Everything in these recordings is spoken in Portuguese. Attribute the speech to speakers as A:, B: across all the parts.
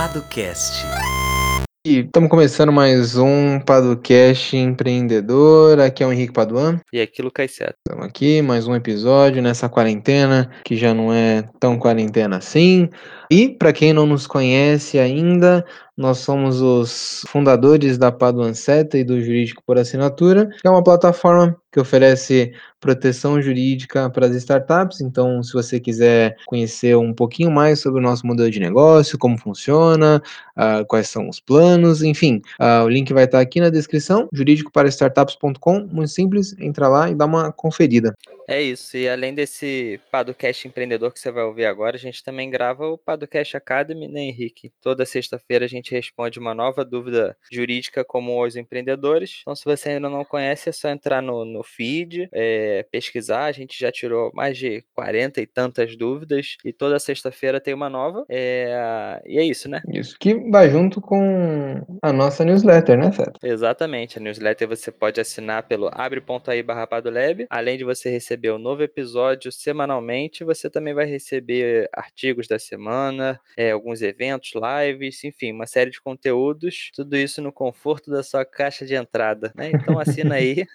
A: Paducast.
B: E estamos começando mais um Paducast Empreendedor. Aqui é o Henrique Paduan.
C: E aqui, Lucas Seto.
B: Estamos aqui, mais um episódio nessa quarentena, que já não é tão quarentena assim. E, para quem não nos conhece ainda, nós somos os fundadores da Paduan Seta e do Jurídico por Assinatura, que é uma plataforma que oferece proteção jurídica para as startups. Então, se você quiser conhecer um pouquinho mais sobre o nosso modelo de negócio, como funciona, quais são os planos, enfim, o link vai estar aqui na descrição, juridicoparaStartups.com, muito simples, entra lá e dá uma conferida.
C: É isso, e além desse Paducast Empreendedor que você vai ouvir agora, a gente também grava o Paducast Academy, né, Henrique? Toda sexta-feira a gente responde uma nova dúvida jurídica como os empreendedores. Então, se você ainda não conhece, é só entrar no feed, pesquisar. A gente já tirou mais de 40 e tantas dúvidas e toda sexta-feira tem uma nova. E é isso, né?
B: Isso, que vai junto com a nossa newsletter, né, Feto?
C: Exatamente, a newsletter você pode assinar pelo abre.ai/padolab. Além de você receber o novo episódio semanalmente, você também vai receber artigos da semana, alguns eventos, lives, enfim, uma série de conteúdos, tudo isso no conforto da sua caixa de entrada, né? Então assina aí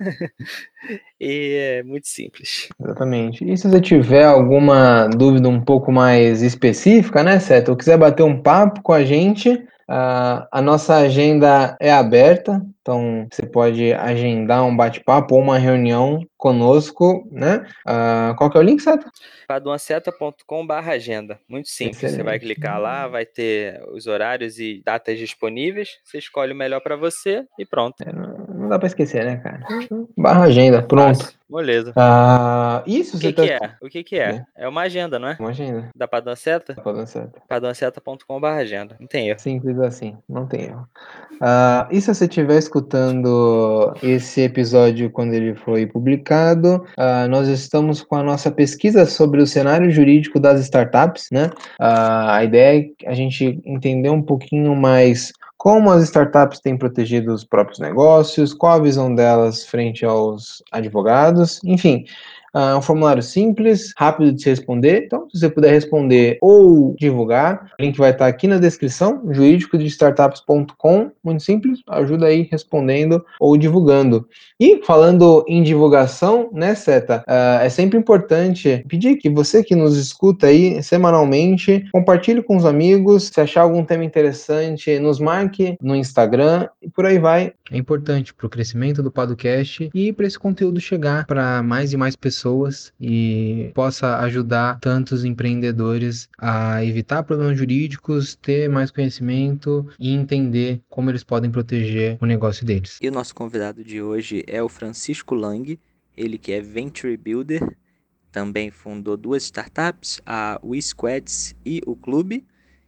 C: e é muito simples.
B: Exatamente. E se você tiver alguma dúvida um pouco mais específica, né, Seto, ou quiser bater um papo com a gente, a nossa agenda é aberta, então você pode agendar um bate-papo ou uma reunião conosco, né? Qual que é o link, Seto?
C: paduanceta.com/agenda. Muito simples. Você vai
B: Excelente.
C: clicar lá, vai ter os horários e datas disponíveis. Você escolhe o melhor para você e pronto.
B: Não dá para esquecer, né, cara? /agenda, pronto.
C: Fácil. Moleza.
B: Isso
C: O
B: você
C: que
B: tá...
C: é? O que é? É uma agenda, não é?
B: Uma agenda.
C: Da Paduanceta?
B: Paduanceta.
C: paduanceta.com/agenda. Não tem erro.
B: Simples assim, não tem erro. E se você estiver escutando esse episódio quando ele foi publicado, nós estamos com a nossa pesquisa sobre o cenário jurídico das startups, né? A ideia é a gente entender um pouquinho mais como as startups têm protegido os próprios negócios, qual a visão delas frente aos advogados, enfim. É um formulário simples, rápido de se responder. Então, se você puder responder ou divulgar, o link vai estar aqui na descrição, juridicodestartups.com, muito simples, ajuda aí respondendo ou divulgando. E falando em divulgação, né, Seta, é sempre importante pedir que você que nos escuta aí semanalmente, compartilhe com os amigos, se achar algum tema interessante, nos marque no Instagram e por aí vai. É importante para o crescimento do podcast e para esse conteúdo chegar para mais e mais pessoas e possa ajudar tantos empreendedores a evitar problemas jurídicos, ter mais conhecimento e entender como eles podem proteger o negócio deles.
C: E o nosso convidado de hoje é o Francisco Lang, ele que é Venture Builder, também fundou duas startups, a WeSquads e o Clube.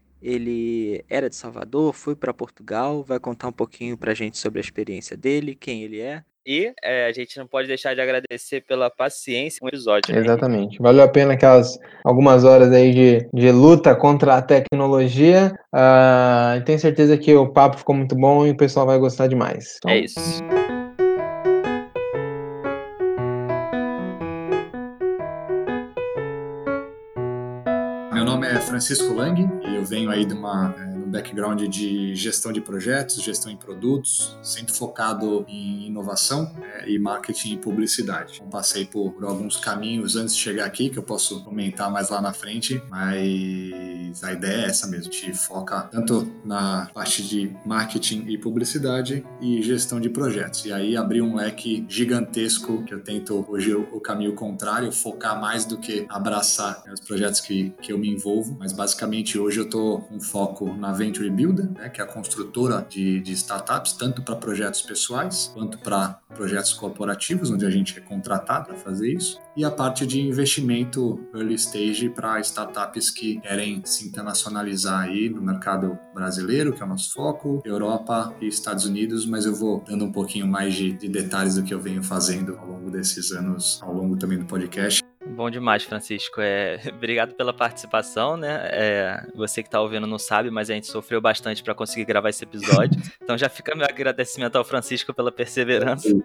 C: Ele era de Salvador, foi para Portugal, vai contar um pouquinho para a gente sobre a experiência dele, quem ele é. E a gente não pode deixar de agradecer pela paciência no episódio, né?
B: Exatamente. Valeu a pena algumas horas aí de luta contra a tecnologia. Tenho certeza que o papo ficou muito bom e o pessoal vai gostar demais. Então...
C: É isso.
D: Meu nome é Francisco Lang e eu venho aí de um background de gestão de projetos, gestão em produtos, sempre focado em inovação e marketing e publicidade. Então, passei por alguns caminhos antes de chegar aqui, que eu posso comentar mais lá na frente, mas a ideia é essa mesmo, a gente foca tanto na parte de marketing e publicidade e gestão de projetos. E aí abri um leque gigantesco que eu tento hoje o caminho contrário, focar mais do que abraçar os projetos que eu me envolvo, mas basicamente hoje eu estou com foco na Venture Builder, né, que é a construtora de startups, tanto para projetos pessoais quanto para projetos corporativos, onde a gente é contratado para fazer isso, e a parte de investimento early stage para startups que querem se internacionalizar aí no mercado brasileiro, que é o nosso foco, Europa e Estados Unidos, mas eu vou dando um pouquinho mais de detalhes do que eu venho fazendo ao longo desses anos, ao longo também do podcast.
C: Bom demais, Francisco. Obrigado pela participação, né? Você que está ouvindo não sabe, mas a gente sofreu bastante para conseguir gravar esse episódio. Então já fica meu agradecimento ao Francisco pela perseverança.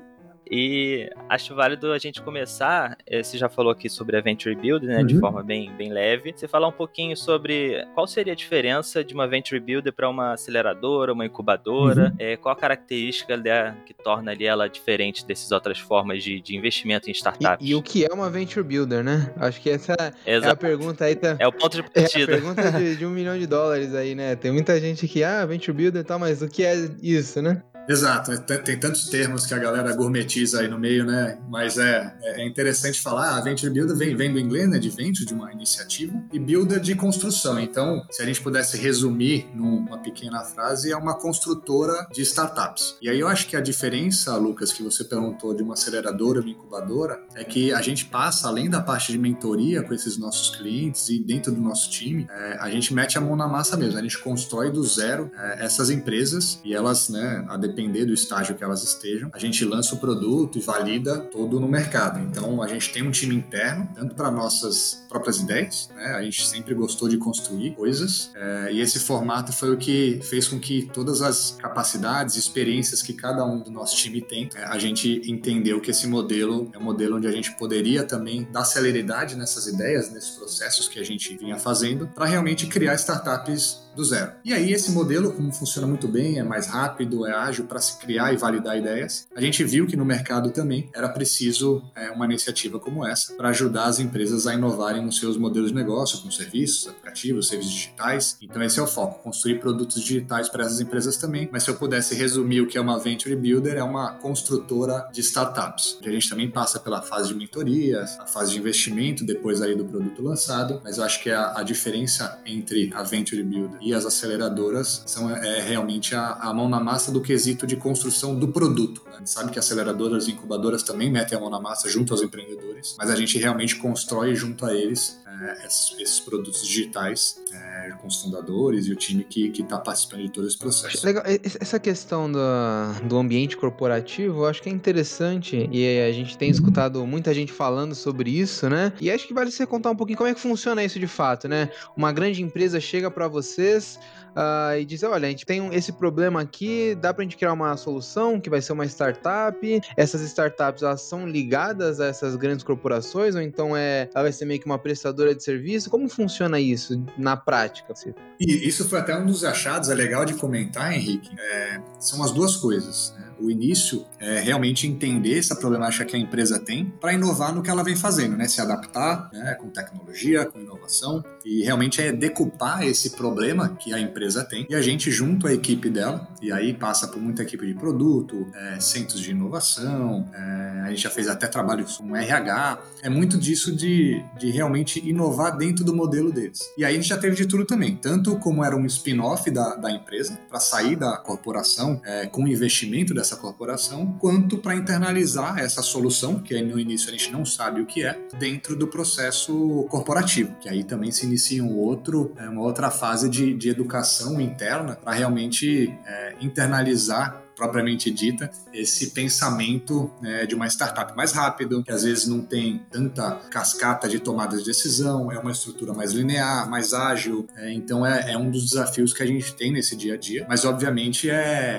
C: E acho válido a gente começar, você já falou aqui sobre a Venture Builder, né, de forma bem leve. Você falar um pouquinho sobre qual seria a diferença de uma Venture Builder para uma aceleradora, uma incubadora, qual a característica dela que torna ali ela diferente dessas outras formas de investimento em startups.
B: E o que é uma Venture Builder, né? Acho que essa é a pergunta aí.
C: É o ponto de
B: É
C: partida.
B: a pergunta de $1 milhão aí, né? Tem muita gente que, Venture Builder e tal, mas o que é isso, né?
D: Exato, tem tantos termos que a galera gourmetiza aí no meio, né? Mas é interessante falar, a Venture Builder vem do inglês, né? De venture, de uma iniciativa, e Builder de construção. Então, se a gente pudesse resumir numa pequena frase, é uma construtora de startups. E aí eu acho que a diferença, Lucas, que você perguntou de uma aceleradora e uma incubadora, é que a gente passa, além da parte de mentoria com esses nossos clientes e dentro do nosso time, a gente mete a mão na massa mesmo, a gente constrói do zero essas empresas e elas, né, a depender do estágio que elas estejam, a gente lança o produto e valida todo no mercado. Então, a gente tem um time interno, tanto para nossas próprias ideias, né? A gente sempre gostou de construir coisas, e esse formato foi o que fez com que todas as capacidades e experiências que cada um do nosso time tem, a gente entendeu que esse modelo é um modelo onde a gente poderia também dar celeridade nessas ideias, nesses processos que a gente vinha fazendo, para realmente criar startups do zero. E aí esse modelo, como funciona muito bem, é mais rápido, é ágil para se criar e validar ideias, a gente viu que no mercado também era preciso uma iniciativa como essa para ajudar as empresas a inovarem nos seus modelos de negócio, com serviços, aplicativos, serviços digitais. Então esse é o foco, construir produtos digitais para essas empresas também. Mas se eu pudesse resumir o que é uma Venture Builder, é uma construtora de startups, onde a gente também passa pela fase de mentoria, a fase de investimento, depois aí do produto lançado, mas eu acho que a diferença entre a Venture Builder e as aceleradoras são realmente a mão na massa do quesito de construção do produto. Né? A gente sabe que aceleradoras e incubadoras também metem a mão na massa junto aos empreendedores, mas a gente realmente constrói junto a eles esses produtos digitais com os fundadores e o time que está participando de todo esse processo.
B: Legal. Essa questão do ambiente corporativo, eu acho que é interessante e a gente tem escutado muita gente falando sobre isso, né? E acho que vale você contar um pouquinho como é que funciona isso de fato, né? Uma grande empresa chega para vocês e diz, olha, a gente tem esse problema aqui, dá pra gente criar uma solução que vai ser uma startup. Essas startups, elas são ligadas a essas grandes corporações ou então ela vai ser meio que uma prestadora de serviço? Como funciona isso na prática?
D: E isso foi até um dos achados, é legal de comentar, Henrique, são as duas coisas, né? O início é realmente entender essa problemática que a empresa tem para inovar no que ela vem fazendo, né? Se adaptar, né? Com tecnologia, com inovação, e realmente decupar esse problema que a empresa tem e a gente junto à equipe dela, e aí passa por muita equipe de produto, centros de inovação, a gente já fez até trabalho com RH, é muito disso de realmente inovar dentro do modelo deles. E aí a gente já teve de tudo também, tanto como era um spin-off da empresa, para sair da corporação com o investimento dessa corporação, quanto para internalizar essa solução, que aí no início a gente não sabe o que é, dentro do processo corporativo, que aí também se inicia uma outra fase de educação interna para realmente internalizar propriamente dita, esse pensamento de uma startup mais rápido, que às vezes não tem tanta cascata de tomada de decisão, é uma estrutura mais linear, mais ágil, então é um dos desafios que a gente tem nesse dia a dia, mas obviamente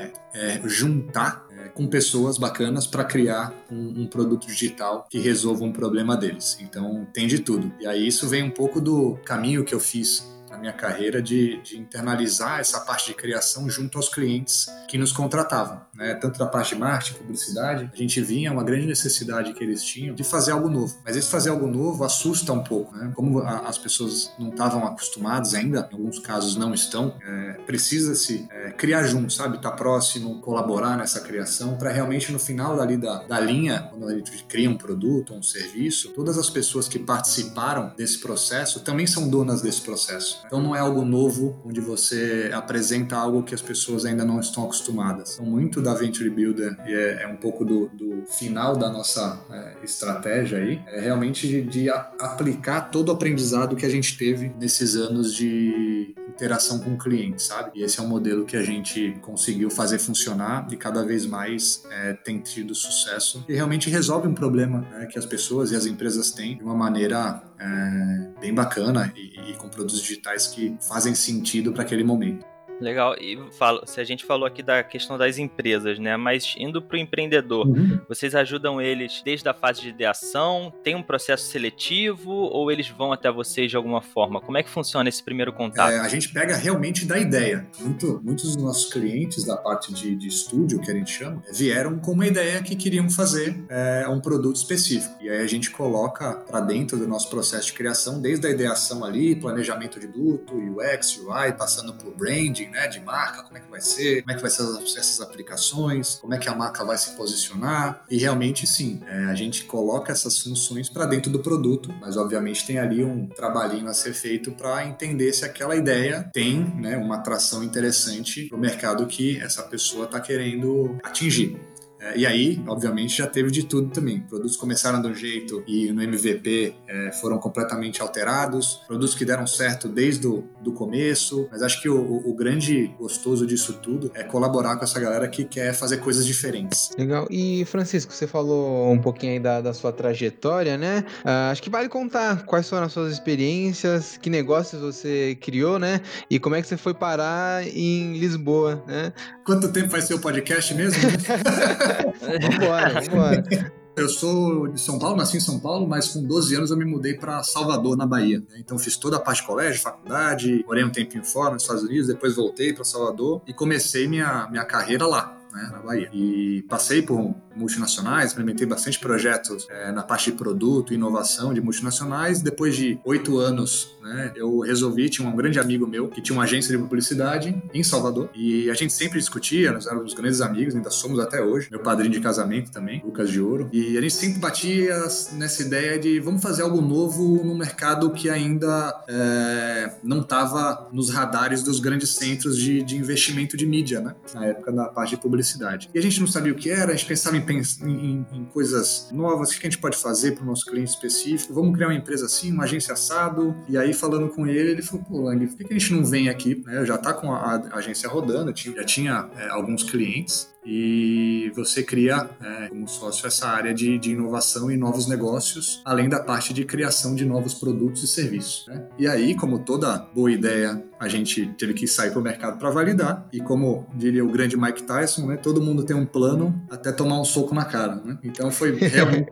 D: juntar com pessoas bacanas para criar um produto digital que resolva um problema deles. Então tem de tudo. E aí isso vem um pouco do caminho que eu fiz na minha carreira de internalizar essa parte de criação junto aos clientes que nos contratavam, né? Tanto da parte de marketing, publicidade, a gente vinha uma grande necessidade que eles tinham de fazer algo novo. Mas esse fazer algo novo assusta um pouco, né? Como as pessoas não estavam acostumadas ainda, em alguns casos não estão, precisa-se criar junto, sabe? Tá próximo, colaborar nessa criação para realmente no final da linha, quando a gente cria um produto ou um serviço, todas as pessoas que participaram desse processo também são donas desse processo. Então não é algo novo, onde você apresenta algo que as pessoas ainda não estão acostumadas. Então muito da Venture Builder, e é um pouco do final da nossa estratégia aí, é realmente de aplicar todo o aprendizado que a gente teve nesses anos de interação com o cliente, sabe? E esse é um modelo que a gente conseguiu fazer funcionar e cada vez mais tem tido sucesso e realmente resolve um problema que as pessoas e as empresas têm de uma maneira bem bacana e com produtos digitais que fazem sentido para aquele momento.
C: Legal. E se a gente falou aqui da questão das empresas, né? Mas indo para o empreendedor, vocês ajudam eles desde a fase de ideação? Tem um processo seletivo ou eles vão até vocês de alguma forma? Como é que funciona esse primeiro contato?
D: A gente pega realmente da ideia. Muitos dos nossos clientes da parte de estúdio, que a gente chama, vieram com uma ideia que queriam fazer um produto específico. E aí a gente coloca para dentro do nosso processo de criação, desde a ideação ali, planejamento de produto, UX, UI, passando por branding, né, de marca, como é que vai ser essas aplicações, como é que a marca vai se posicionar. E realmente, sim, a gente coloca essas funções para dentro do produto, mas obviamente tem ali um trabalhinho a ser feito para entender se aquela ideia tem, né, uma atração interessante para o mercado que essa pessoa está querendo atingir. E aí, obviamente, já teve de tudo também. Produtos começaram de um jeito e no MVP foram completamente alterados. Produtos que deram certo desde o começo. Mas acho que o grande gostoso disso tudo é colaborar com essa galera que quer fazer coisas diferentes.
B: Legal. E, Francisco, você falou um pouquinho aí da sua trajetória, né? Acho que vale contar quais foram as suas experiências, que negócios você criou, né? E como é que você foi parar em Lisboa, né?
D: Quanto tempo vai ser o podcast mesmo?
B: Vambora.
D: Eu sou de São Paulo, nasci em São Paulo, mas com 12 anos eu me mudei para Salvador, na Bahia. Então fiz toda a parte de colégio, faculdade, morei um tempinho fora nos Estados Unidos, depois voltei para Salvador e comecei minha carreira lá, né, na Bahia. E passei por multinacionais, implementei bastante projetos na parte de produto e inovação de multinacionais. Depois de 8 anos, né, eu resolvi, tinha um grande amigo meu que tinha uma agência de publicidade em Salvador e a gente sempre discutia, nós éramos grandes amigos, ainda somos até hoje, meu padrinho de casamento também, Lucas de Ouro, e a gente sempre batia nessa ideia de vamos fazer algo novo no mercado que ainda não estava nos radares dos grandes centros de investimento de mídia, né, na época da parte de publicidade. E a gente não sabia o que era, a gente pensava em coisas novas, o que a gente pode fazer para o nosso cliente específico, vamos criar uma empresa assim, uma agência assado. E aí falando com ele falou, pô, Lang, por que a gente não vem aqui, né? Já tá com a agência rodando, já tinha alguns clientes e você cria como sócio essa área de inovação e novos negócios, além da parte de criação de novos produtos e serviços, né? E aí, como toda boa ideia, a gente teve que sair para o mercado para validar e como diria o grande Mike Tyson, né, todo mundo tem um plano até tomar um soco na cara, né? Então foi realmente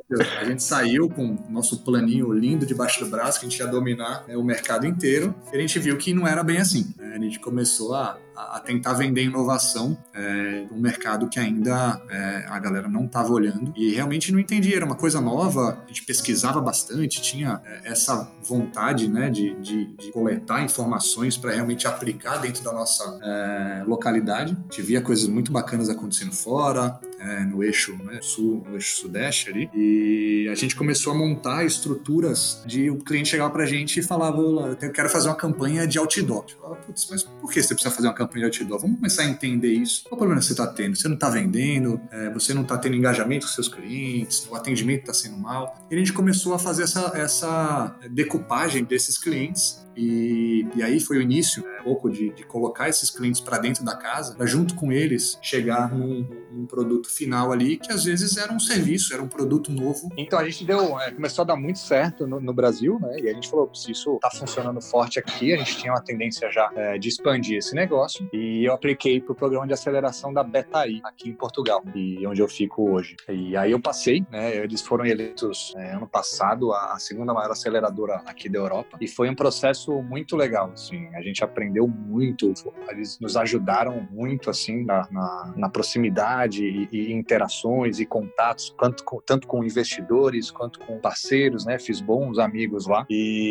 D: a gente saiu com o nosso planinho lindo debaixo do braço, que a gente ia dominar o mercado inteiro, e a gente viu que não era bem assim, né? A gente começou a tentar vender inovação num mercado que ainda a galera não estava olhando e realmente não entendia, era uma coisa nova, a gente pesquisava bastante, tinha essa vontade, né, de coletar informações para realmente aplicar dentro da nossa localidade. A gente via coisas muito bacanas acontecendo fora, no eixo, né, sul, no eixo sudeste ali, e a gente começou a montar estruturas de o cliente chegava pra gente e falava, eu quero fazer uma campanha de outdoor. Eu falava, putz, mas por que você precisa fazer uma campanha de outdoor? Vamos começar a entender isso. Qual o problema que você está tendo? Você não está vendendo, você não está tendo engajamento com seus clientes, o atendimento está sendo mal. E a gente começou a fazer essa decupagem desses clientes. E aí foi o início, um pouco de colocar esses clientes para dentro da casa, para junto com eles chegar num produto final ali, que às vezes era um serviço, era um produto novo.
A: Então a gente começou a dar muito certo no Brasil, né? E a gente falou, se isso está funcionando forte aqui, a gente tinha uma tendência já de expandir esse negócio. E eu apliquei para o programa de aceleração da Betaí, aqui em Portugal, e onde eu fico hoje. E aí eu passei, né? Eles foram eleitos ano passado a segunda maior aceleradora aqui da Europa. E foi um processo muito legal, assim, a gente aprendeu muito, eles nos ajudaram muito, assim, na proximidade e interações e contatos, tanto com investidores quanto com parceiros, né, fiz bons amigos lá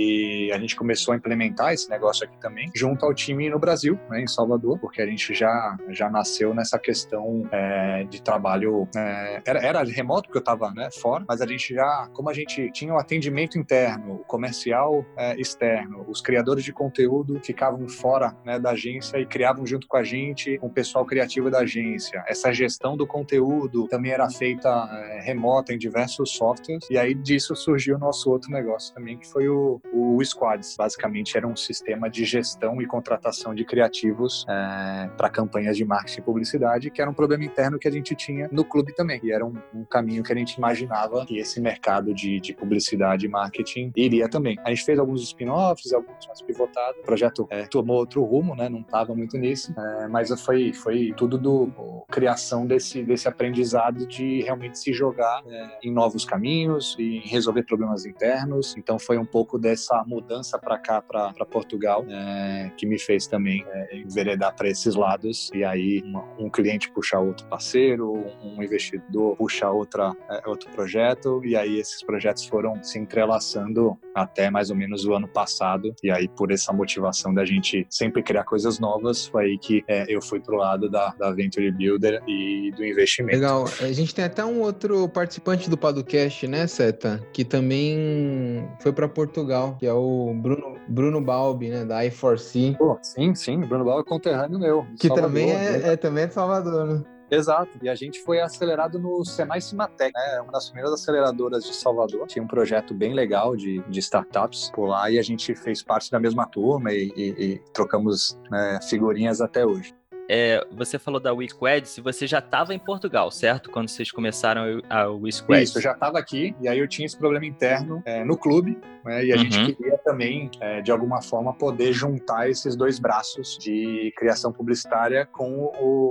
A: e a gente começou a implementar esse negócio aqui também, junto ao time no Brasil, né, em Salvador, porque a gente já nasceu nessa questão de trabalho, era remoto porque eu estava, né, fora, mas a gente já, como a gente tinha o atendimento interno, o comercial externo, os criadores de conteúdo ficavam fora, né, da agência e criavam junto com a gente, com o pessoal criativo da agência. Essa gestão do conteúdo também era feita remota em diversos softwares e aí disso surgiu o nosso outro negócio também, que foi o Squads. Basicamente era um sistema de gestão e contratação de criativos para campanhas de marketing e publicidade, que era um problema interno que a gente tinha no clube também. E era um caminho que a gente imaginava que esse mercado de publicidade e marketing iria também. A gente fez alguns spin-offs, alguns mais pivotados. O projeto tomou outro rumo, né? Não estava muito nisso, mas foi tudo criação desse aprendizado de realmente se jogar em novos caminhos e em resolver problemas internos. Então foi um pouco dessa mudança para cá, para Portugal, que me fez também enveredar para esses lados. E aí um cliente puxa outro parceiro, um investidor puxa outro projeto, e aí esses projetos foram se entrelaçando até mais ou menos o ano passado. E aí, por essa motivação da gente sempre criar coisas novas, foi aí que eu fui pro lado da Venture Builder e do investimento.
B: Legal. A gente tem até um outro participante do podcast, né, Seta? Que também foi para Portugal, que é o Bruno Balbi, né, da I4C.
A: Pô, sim, Bruno Balbi é conterrâneo meu.
B: Que
A: Salvador,
B: também é de Salvador, né?
A: Exato, e a gente foi acelerado no Senai Cimatec, né? Uma das primeiras aceleradoras de Salvador. Tinha um projeto bem legal de startups por lá, e a gente fez parte da mesma turma e trocamos, né, figurinhas até hoje.
C: Você falou da WeSquad, você já estava em Portugal, certo? Quando vocês começaram a WeSquad.
A: Isso, eu já estava aqui, e aí eu tinha esse problema interno no clube, né, e a gente queria também, de alguma forma, poder juntar esses dois braços de criação publicitária com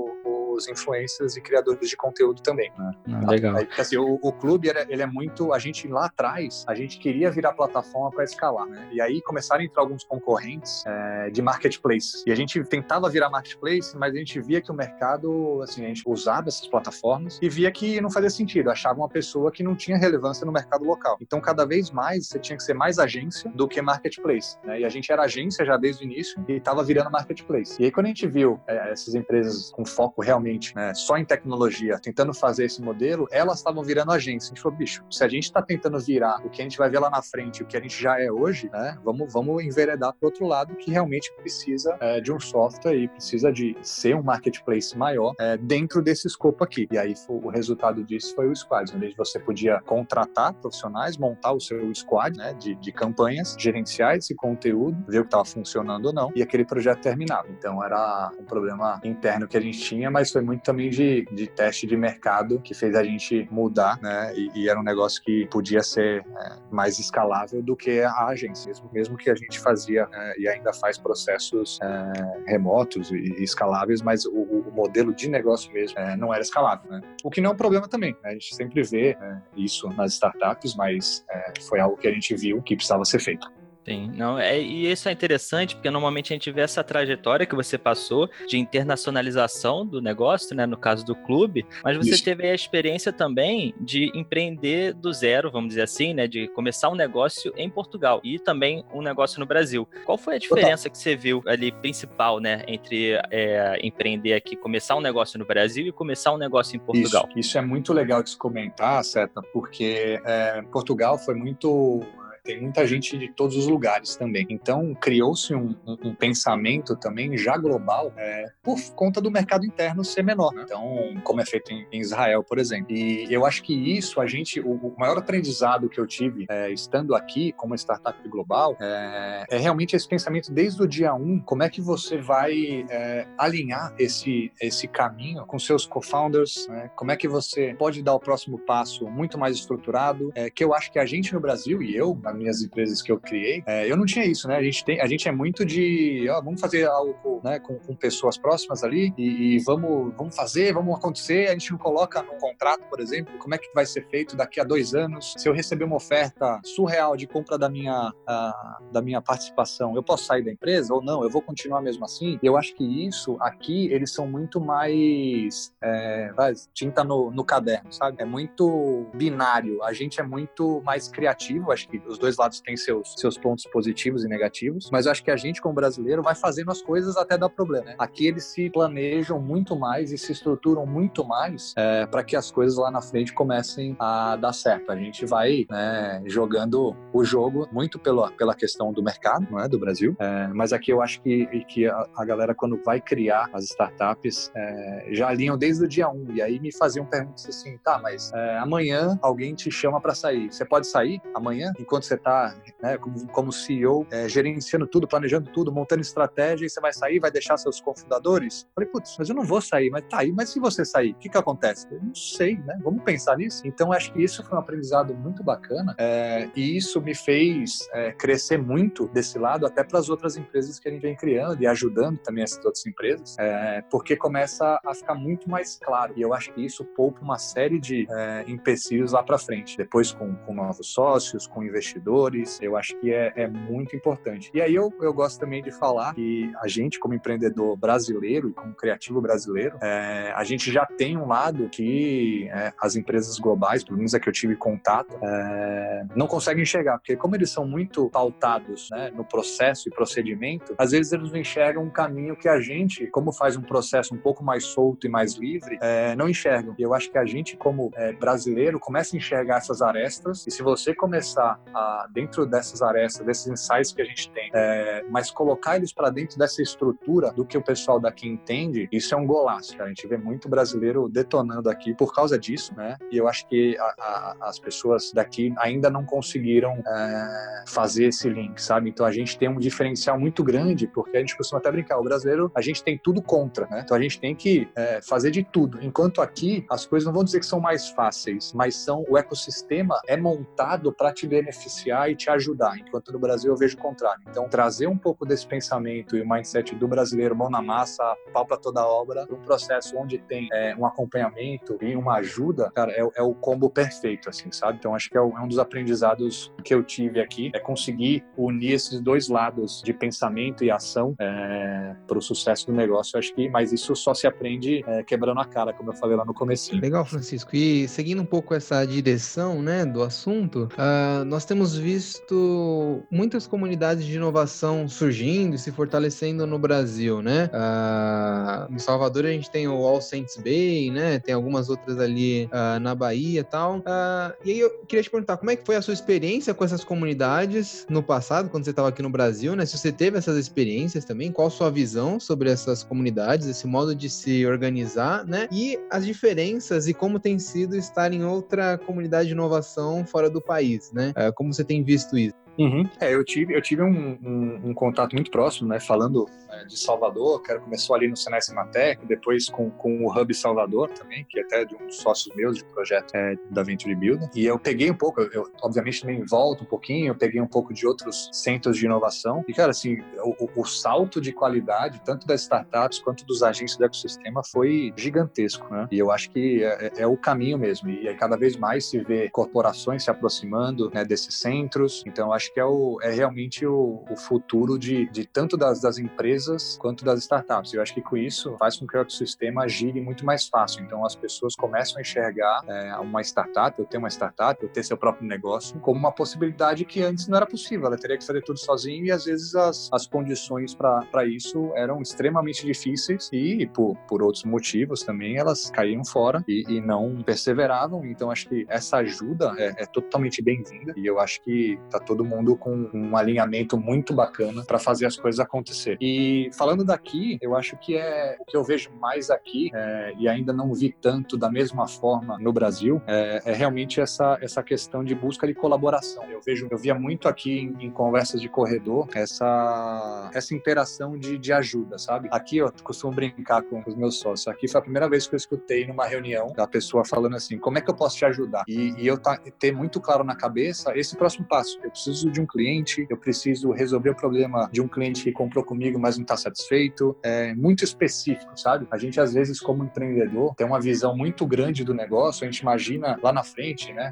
A: os influencers e criadores de conteúdo também, né?
C: Legal.
A: Aí, assim, o clube, ele é muito... A gente, lá atrás, a gente queria virar plataforma para escalar, né? E aí começaram a entrar alguns concorrentes de marketplace. E a gente tentava virar marketplace, mas a gente via que o mercado, assim, a gente usava essas plataformas e via que não fazia sentido. Achava uma pessoa que não tinha relevância no mercado local. Então, cada vez mais, você tinha que ser mais agência do que marketplace, né? E a gente era agência já desde o início e estava virando marketplace. E aí, quando a gente viu essas empresas com foco realmente, né, só em tecnologia, tentando fazer esse modelo, elas estavam virando agência. A gente falou, bicho, se a gente está tentando virar o que a gente vai ver lá na frente, o que a gente já é hoje, né, vamos enveredar para o outro lado, que realmente precisa de um software e precisa de ser um marketplace maior dentro desse escopo aqui. E aí o resultado disso foi o Squad, onde você podia contratar profissionais, montar o seu squad, né, de campanhas, gerenciar esse conteúdo, ver o que estava funcionando ou não, e aquele projeto terminava. Então era um problema interno que a gente tinha, mas foi muito também de teste de mercado que fez a gente mudar, né? E era um negócio que podia ser mais escalável do que a agência, mesmo que a gente fazia e ainda faz processos remotos e escaláveis, mas o modelo de negócio mesmo não era escalável, né? O que não é um problema também, né? A gente sempre vê isso nas startups, mas foi algo que a gente viu que precisava ser feito.
C: Sim, não, e isso é interessante porque normalmente a gente vê essa trajetória que você passou de internacionalização do negócio, né, no caso do clube, mas você teve a experiência também de empreender do zero, vamos dizer assim, né, de começar um negócio em Portugal e também um negócio no Brasil. Qual foi a diferença que você viu ali principal, né, entre empreender aqui, começar um negócio no Brasil e começar um negócio em Portugal?
A: Isso é muito legal de se comentar, Seta, porque Portugal foi muito... Tem muita gente de todos os lugares também. Então, criou-se um pensamento também já global por conta do mercado interno ser menor, né? Então, como é feito em Israel, por exemplo. E eu acho que isso, o maior aprendizado que eu tive estando aqui como startup global é realmente esse pensamento desde o dia 1, como é que você vai alinhar esse caminho com seus co-founders, né? Como é que você pode dar o próximo passo muito mais estruturado, que eu acho que a gente no Brasil, e eu, nas minhas empresas que eu criei, eu não tinha isso, né? A gente é muito de, vamos fazer algo, né, com pessoas próximas ali e vamos fazer, vamos acontecer. A gente não coloca no contrato, por exemplo, como é que vai ser feito daqui a 2 anos. Se eu receber uma oferta surreal de compra da minha participação, eu posso sair da empresa ou não? Eu vou continuar mesmo assim? Eu acho que isso aqui, eles são muito mais tinta no caderno, sabe? É muito binário. A gente é muito mais criativo. Acho que os dois lados têm seus pontos positivos e negativos, mas eu acho que a gente, como brasileiro, vai fazendo as coisas até dar problema, né? Aqui eles se planejam muito mais e se estruturam muito mais para que as coisas lá na frente comecem a dar certo. A gente vai, né, jogando o jogo muito pela questão do mercado, não é, do Brasil, mas aqui eu acho que a galera, quando vai criar as startups, já alinham desde o dia 1, e aí me faziam perguntas assim, tá, mas amanhã alguém te chama para sair, você pode sair amanhã, enquanto você você tá, né, como CEO, gerenciando tudo, planejando tudo, montando estratégia, e você vai sair, vai deixar seus cofundadores? Falei, putz, mas eu não vou sair, mas tá aí, mas se você sair, o que acontece? Eu não sei, né? Vamos pensar nisso? Então, acho que isso foi um aprendizado muito bacana, e isso me fez crescer muito desse lado, até para as outras empresas que a gente vem criando e ajudando também essas outras empresas, porque começa a ficar muito mais claro, e eu acho que isso poupa uma série de empecilhos lá para frente, depois com novos sócios, com investidores, eu acho que é muito importante. E aí eu gosto também de falar que a gente, como empreendedor brasileiro e como criativo brasileiro, a gente já tem um lado que as empresas globais, pelo menos a que eu tive contato, não conseguem enxergar, porque como eles são muito pautados, né, no processo e procedimento, às vezes eles não enxergam um caminho que a gente, como faz um processo um pouco mais solto e mais livre, não enxergam. E eu acho que a gente, como brasileiro, começa a enxergar essas arestas, e se você começar dentro dessas arestas, desses insights que a gente tem, mas colocar eles para dentro dessa estrutura do que o pessoal daqui entende, isso é um golaço, cara. A gente vê muito brasileiro detonando aqui por causa disso, né? E eu acho que as pessoas daqui ainda não conseguiram fazer esse link, sabe? Então a gente tem um diferencial muito grande, porque a gente costuma até brincar, o brasileiro, a gente tem tudo contra, né? Então a gente tem que fazer de tudo, enquanto aqui as coisas não vão dizer que são mais fáceis, mas o ecossistema é montado para te beneficiar e te ajudar, enquanto no Brasil eu vejo o contrário. Então trazer um pouco desse pensamento e o mindset do brasileiro, mão na massa, pau para toda obra, para um processo onde tem um acompanhamento e uma ajuda, cara, é o combo perfeito, assim, sabe? Então acho que é um dos aprendizados que eu tive aqui, conseguir unir esses dois lados de pensamento e ação para o sucesso do negócio. Eu acho que, mas isso só se aprende quebrando a cara, como eu falei lá no comecinho.
B: Legal, Francisco. E seguindo um pouco essa direção, né, do assunto, nós temos visto muitas comunidades de inovação surgindo e se fortalecendo no Brasil, né? Em Salvador a gente tem o All Saints Bay, né? Tem algumas outras ali na Bahia e tal. E aí eu queria te perguntar, como é que foi a sua experiência com essas comunidades no passado, quando você estava aqui no Brasil, né? Se você teve essas experiências também, qual a sua visão sobre essas comunidades, esse modo de se organizar, né? E as diferenças e como tem sido estar em outra comunidade de inovação fora do país, né? Como você tem visto isso?
A: Uhum. Eu tive um contato muito próximo, né, falando de Salvador, que começou ali no Senai Cimatec, depois com o Hub Salvador também, que é até de um dos sócios meus de projeto da Venture Builder, e eu peguei um pouco, eu obviamente também volto um pouquinho, eu peguei um pouco de outros centros de inovação, e cara, assim, o salto de qualidade, tanto das startups quanto dos agentes do ecossistema foi gigantesco, né, e eu acho que é o caminho mesmo, e aí cada vez mais se vê corporações se aproximando, né, desses centros, então eu acho que é realmente o futuro de tanto das empresas quanto das startups. Eu acho que com isso faz com que o ecossistema gire muito mais fácil. Então as pessoas começam a enxergar uma startup, eu ter uma startup, eu ter seu próprio negócio, como uma possibilidade que antes não era possível. Ela teria que fazer tudo sozinho e às vezes as condições para isso eram extremamente difíceis e por outros motivos também elas caíam fora e não perseveravam. Então acho que essa ajuda é totalmente bem-vinda e eu acho que tá todo mundo com um alinhamento muito bacana para fazer as coisas acontecer. E falando daqui, eu acho que o que eu vejo mais aqui, e ainda não vi tanto da mesma forma no Brasil, é realmente essa questão de busca de colaboração. Eu via muito aqui em conversas de corredor essa interação de ajuda, sabe? Aqui eu costumo brincar com os meus sócios. Aqui foi a primeira vez que eu escutei numa reunião da pessoa falando assim, como é que eu posso te ajudar? E eu ter muito claro na cabeça esse próximo passo. Eu preciso de um cliente, eu preciso resolver o problema de um cliente que comprou comigo, mas não está satisfeito. É muito específico, sabe? A gente, às vezes, como empreendedor, tem uma visão muito grande do negócio, a gente imagina lá na frente, né?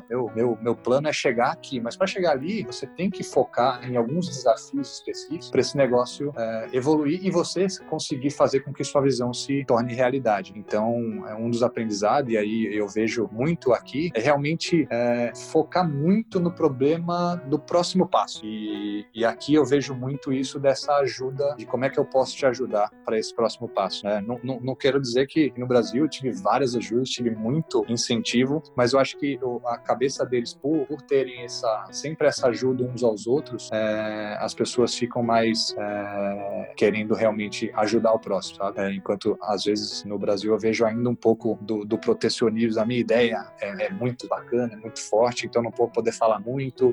A: Meu plano é chegar aqui, mas para chegar ali, você tem que focar em alguns desafios específicos para esse negócio evoluir e você conseguir fazer com que sua visão se torne realidade. Então, é um dos aprendizados, e aí eu vejo muito aqui, é realmente focar muito no problema do próximo passo. E aqui eu vejo muito isso dessa ajuda, de como é que eu posso te ajudar para esse próximo passo. Né? Não quero dizer que no Brasil eu tive várias ajudas, tive muito incentivo, mas eu acho que a cabeça deles, por terem sempre essa ajuda uns aos outros, as pessoas ficam mais querendo realmente ajudar o próximo, sabe? Enquanto, às vezes, no Brasil eu vejo ainda um pouco do protecionismo. A minha ideia é muito bacana, é muito forte, então não vou poder falar muito,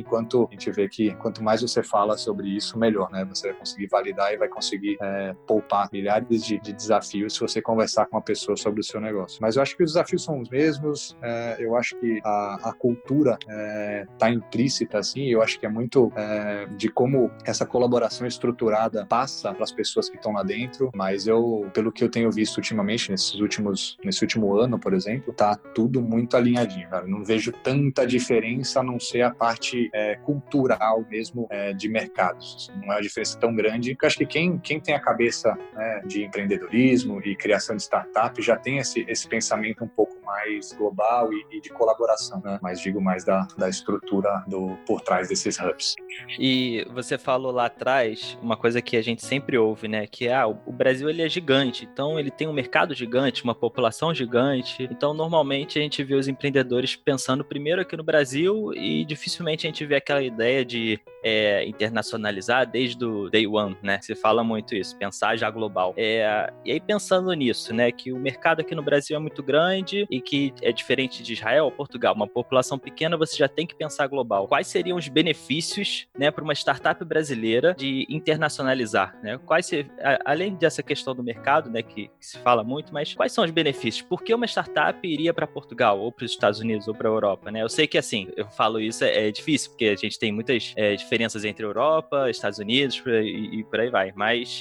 A: enquanto a gente vê que quanto mais você fala sobre isso, melhor, né? Você vai conseguir validar e vai conseguir poupar milhares de desafios se você conversar com uma pessoa sobre o seu negócio. Mas eu acho que os desafios são os mesmos, eu acho que a cultura está implícita, assim, eu acho que é muito de como essa colaboração estruturada passa para as pessoas que estão lá dentro, mas pelo que eu tenho visto ultimamente, nesse último ano, por exemplo, tá tudo muito alinhadinho, cara. Não vejo tanta diferença a não ser a parte cultural mesmo de mercados. Não é uma diferença tão grande, porque eu acho que quem tem a cabeça, né, de empreendedorismo e criação de startup já tem esse pensamento um pouco mais global e de colaboração, né? Mas digo mais da estrutura por trás desses hubs.
C: E você falou lá atrás uma coisa que a gente sempre ouve, né? Que o Brasil ele é gigante, então ele tem um mercado gigante, uma população gigante. Então, normalmente a gente vê os empreendedores pensando primeiro aqui no Brasil e dificilmente a gente vê aquela ideia de internacionalizar desde o day one, né? Se fala muito isso, pensar já global. E aí pensando nisso, né? Que o mercado aqui no Brasil é muito grande e que é diferente de Israel ou Portugal, uma população pequena, você já tem que pensar global. Quais seriam os benefícios, né, para uma startup brasileira de internacionalizar, né? Além dessa questão do mercado, né, que se fala muito, mas quais são os benefícios? Por que uma startup iria para Portugal ou para os Estados Unidos ou para a Europa, né? Eu sei que assim, eu falo isso é difícil porque a gente tem muitas diferenças entre Europa, Estados Unidos e por aí vai, mas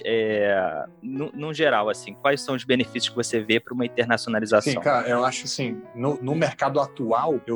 C: no geral, assim, quais são os benefícios que você vê para uma internacionalização?
A: Sim, cara, eu acho assim, no mercado atual, eu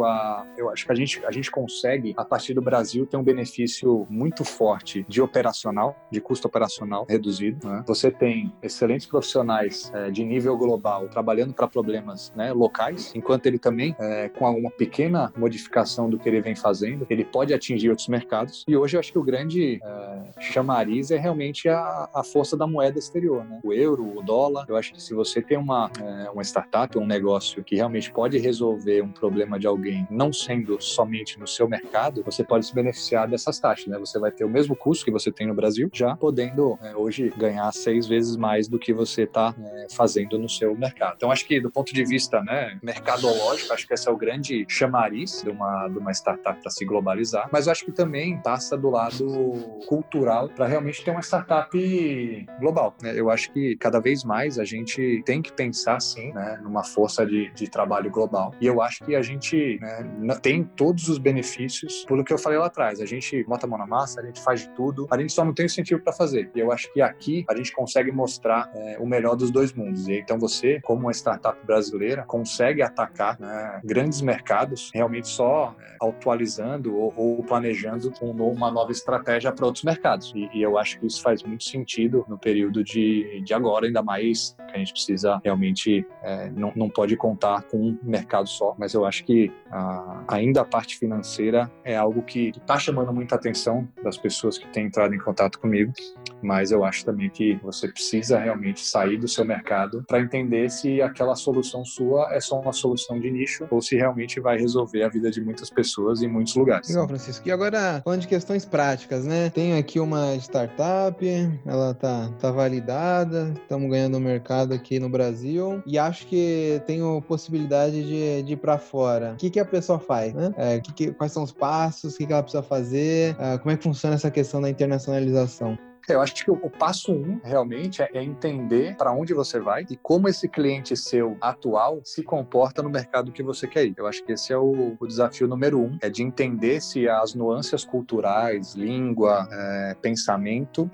A: acho que a gente consegue, a partir do Brasil, ter um benefício muito forte de operacional, de custo operacional reduzido, né? Você tem excelentes profissionais de nível global trabalhando para problemas, né, locais, enquanto ele também, com alguma pequena modificação do que ele vem fazendo, ele pode atingir outros mercados. E hoje eu acho que o grande chamariz é realmente a força da moeda exterior, né? O euro, o dólar. Eu acho que se você tem uma startup, um negócio que realmente pode resolver um problema de alguém, não sendo somente no seu mercado, você pode se beneficiar dessas taxas, né? Você vai ter o mesmo custo que você tem no Brasil, já podendo hoje ganhar 6 vezes mais do que você está fazendo no seu mercado. Então, acho que do ponto de vista, né, mercadológico, acho que esse é o grande chamariz de uma startup para se globalizar, mas eu acho que também passa do lado cultural para realmente ter uma startup global, né? Eu acho que cada vez mais a gente tem que pensar, sim, né, numa força de trabalho global, e eu acho que a gente, né, tem todos os benefícios, pelo que eu falei lá atrás, a gente bota a mão na massa, a gente faz de tudo, a gente só não tem incentivo para fazer, e eu acho que aqui a gente consegue mostrar o melhor dos dois mundos, e então você, como uma startup brasileira, consegue atacar, né, grandes mercados, realmente só atualizando ou planejando uma nova estratégia para outros mercados, e eu acho que isso faz muito sentido no período de agora, ainda mais que a gente precisa realmente, não pode contar com um mercado só, mas eu acho que ainda a parte financeira é algo que está chamando muita atenção das pessoas que têm entrado em contato comigo, mas eu acho também que você precisa realmente sair do seu mercado para entender se aquela solução sua é só uma solução de nicho ou se realmente vai resolver a vida de muitas pessoas em muitos lugares.
B: Legal, Francisco. E agora, falando de questões práticas, né? Tenho aqui uma startup, ela tá validada, estamos ganhando mercado aqui no Brasil e acho que tenho possibilidade de ir para fora. O que a pessoa faz, né? Quais são os passos? O que ela precisa fazer? Como é que funciona essa questão da internacionalização?
A: Eu acho que o passo 1 realmente é entender para onde você vai e como esse cliente seu atual se comporta no mercado que você quer ir. Eu acho que esse é o desafio número 1, é de entender se as nuances culturais, língua, pensamento,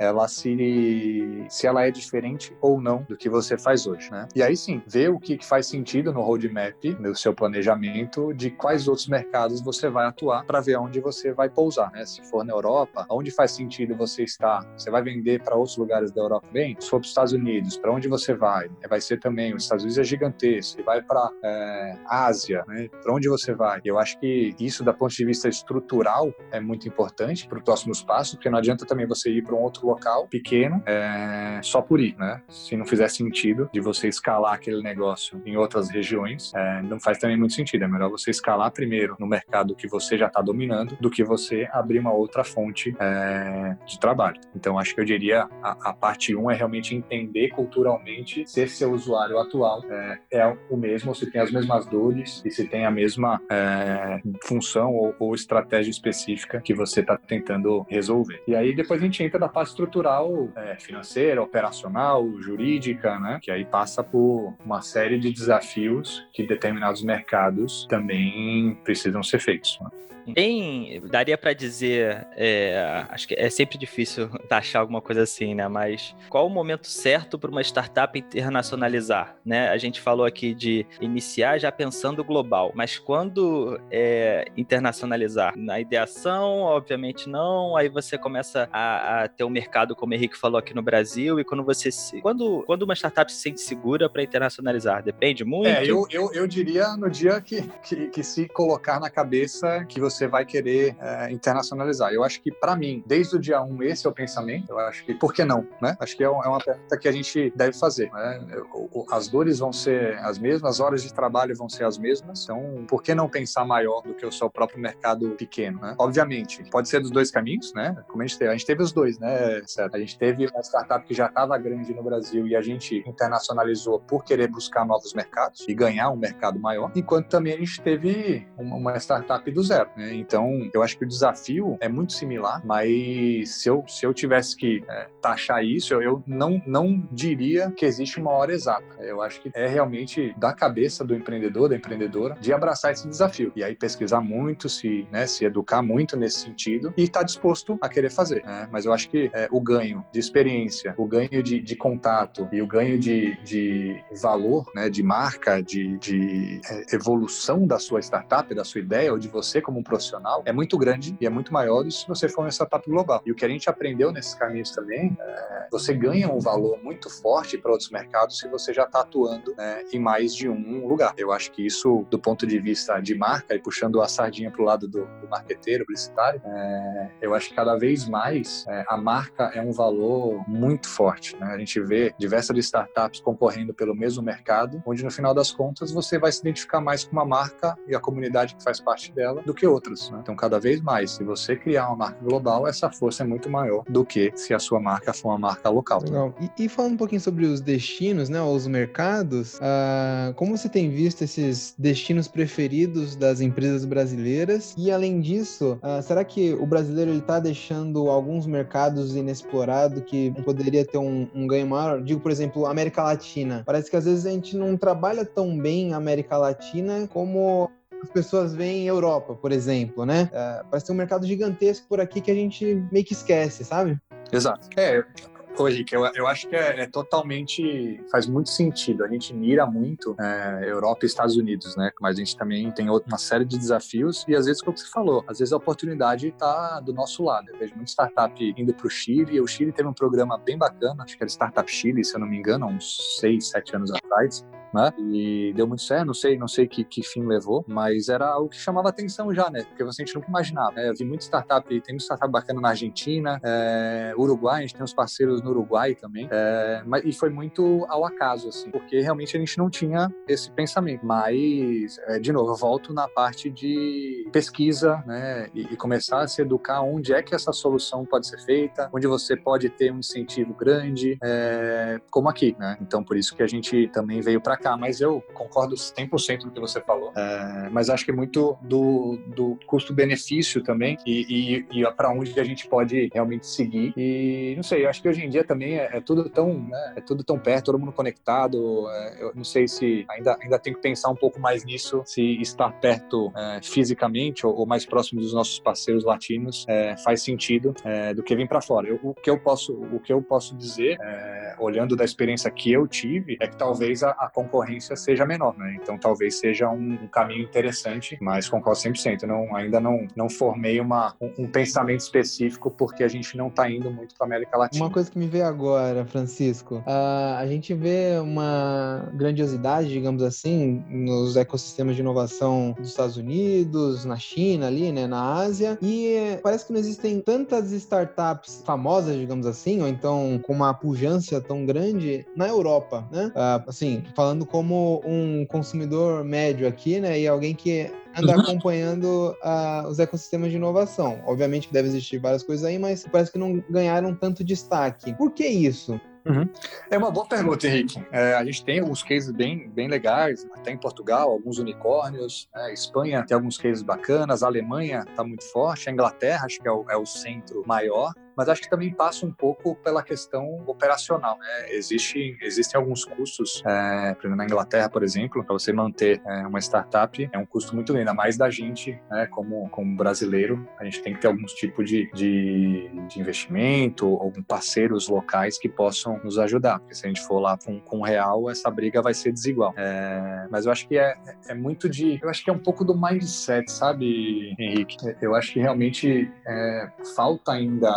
A: se ela é diferente ou não do que você faz hoje, né? E aí sim, ver o que faz sentido no roadmap, no seu planejamento, de quais outros mercados você vai atuar para ver onde você vai pousar, né? Se for na Europa, onde faz sentido você estar? Você vai vender para outros lugares da Europa bem? Se for para os Estados Unidos, para onde você vai? Vai ser também, os Estados Unidos é gigantesco, e vai para Ásia, né? Para onde você vai? Eu acho que isso, da ponto de vista estrutural, é muito importante para os próximos passos, porque não adianta também você ir para um outro local pequeno só por ir, né? Se não fizer sentido de você escalar aquele negócio em outras regiões, não faz também muito sentido. É melhor você escalar primeiro no mercado que você já está dominando do que você abrir uma outra fonte de trabalho. Então, acho acho que eu diria a parte 1 é realmente entender culturalmente se esse seu usuário atual é o mesmo, se tem as mesmas dores e se tem a mesma função ou estratégia específica que você está tentando resolver. E aí depois a gente entra na parte estrutural, financeira, operacional, jurídica, né? Que aí passa por uma série de desafios que determinados mercados também precisam ser feitos, né?
C: Daria para dizer, acho que é sempre difícil taxar alguma coisa assim, né? Mas qual o momento certo para uma startup internacionalizar, né? A gente falou aqui de iniciar já pensando global, mas quando internacionalizar? Na ideação, obviamente não, aí você começa a ter um mercado, como o Henrique falou aqui no Brasil, e quando uma startup se sente segura para internacionalizar? Depende muito?
A: Eu diria no dia que se colocar na cabeça que você vai querer internacionalizar. Eu acho que, para mim, desde o dia 1, esse é o pensamento. Eu acho que, por que não, né? Acho que é uma pergunta que a gente deve fazer, né? As dores vão ser as mesmas, as horas de trabalho vão ser as mesmas, então, por que não pensar maior do que o seu próprio mercado pequeno, né? Obviamente, pode ser dos dois caminhos, né? Como a gente teve os dois, né? Certo? A gente teve uma startup que já estava grande no Brasil e a gente internacionalizou por querer buscar novos mercados e ganhar um mercado maior, enquanto também a gente teve uma startup do zero, né? Então, eu acho que o desafio é muito similar, mas se eu tivesse que taxar isso, eu não diria que existe uma hora exata. Eu acho que é realmente da cabeça do empreendedor, da empreendedora, de abraçar esse desafio. E aí pesquisar muito, se educar muito nesse sentido e estar disposto a querer fazer, né? Mas eu acho que o ganho de experiência, o ganho de contato e o ganho de valor, né, de marca, de evolução da sua startup, da sua ideia ou de você como um profissional é muito grande e é muito maior do que se você for uma startup global. E o que a gente aprendeu nesses caminhos também, você ganha um valor muito forte para outros mercados se você já está atuando, né, em mais de um lugar. Eu acho que isso, do ponto de vista de marca, e puxando a sardinha para o lado do marqueteiro, publicitário, eu acho que cada vez mais a marca é um valor muito forte, né? A gente vê diversas startups concorrendo pelo mesmo mercado, onde no final das contas você vai se identificar mais com uma marca e a comunidade que faz parte dela do que outras, né? Então, cada vez mais, se você criar uma marca global, essa força é muito maior do que se a sua marca for uma marca local.
B: Legal. E falando um pouquinho sobre os destinos, né, os mercados, como você tem visto esses destinos preferidos das empresas brasileiras? E além disso, será que o brasileiro está deixando alguns mercados inexplorados que poderia ter um ganho maior? Digo, por exemplo, América Latina. Parece que às vezes a gente não trabalha tão bem a América Latina como as pessoas veem Europa, por exemplo, né? Parece ter um mercado gigantesco por aqui que a gente meio que esquece, sabe?
A: Exato. Henrique, eu acho que totalmente, faz muito sentido. A gente mira muito Europa e Estados Unidos, né? Mas a gente também tem uma série de desafios e às vezes, como você falou, às vezes a oportunidade está do nosso lado. Eu vejo muita startup indo para o Chile, e o Chile teve um programa bem bacana, acho que era Startup Chile, se eu não me engano, há uns 6, 7 anos atrás, né? E deu muito certo, não sei que fim levou, mas era algo que chamava atenção já, né? Porque a gente nunca imaginava, né? Eu vi muita startup, tem muita startup bacana na Argentina, Uruguai, a gente tem uns parceiros no Uruguai também, e foi muito ao acaso, assim, porque realmente a gente não tinha esse pensamento. Mas, de novo, eu volto na parte de pesquisa, né? E começar a se educar onde é que essa solução pode ser feita, onde você pode ter um incentivo grande, como aqui, né? Então, por isso que a gente também veio para cá, mas eu concordo 100% do que você falou, mas acho que é muito do custo-benefício também e para onde a gente pode realmente seguir. E não sei, eu acho que hoje em dia também é tudo tão, né, tudo tão perto, todo mundo conectado. Eu não sei se ainda tenho que pensar um pouco mais nisso, se estar perto fisicamente ou mais próximo dos nossos parceiros latinos faz sentido do que vir para fora. O que eu posso dizer, olhando da experiência que eu tive, é que talvez a concorrência seja menor, né? Então talvez seja um caminho interessante, mas concordo 100%. Ainda não formei um pensamento específico porque a gente não está indo muito para a América Latina.
B: Uma coisa que me veio agora, Francisco, a gente vê uma grandiosidade, digamos assim, nos ecossistemas de inovação dos Estados Unidos, na China ali, né, na Ásia, e parece que não existem tantas startups famosas, digamos assim, ou então com uma pujança tão grande na Europa, né? Assim, falando como um consumidor médio aqui, né, e alguém que anda acompanhando os ecossistemas de inovação. Obviamente que deve existir várias coisas aí, mas parece que não ganharam tanto destaque. Por que isso?
A: É uma boa pergunta, Henrique. A gente tem alguns cases bem legais, até em Portugal, alguns unicórnios. Espanha tem alguns cases bacanas, a Alemanha está muito forte, a Inglaterra acho que é o centro maior, mas acho que também passa um pouco pela questão operacional, né? Existem alguns custos, por exemplo, na Inglaterra, por exemplo, para você manter uma startup, é um custo muito grande, ainda mais da gente, né, como brasileiro, a gente tem que ter algum tipo de investimento, alguns parceiros locais que possam nos ajudar, porque se a gente for lá com real, essa briga vai ser desigual. Mas eu acho que é muito eu acho que é um pouco do mindset, sabe, Henrique? Eu acho que realmente falta ainda,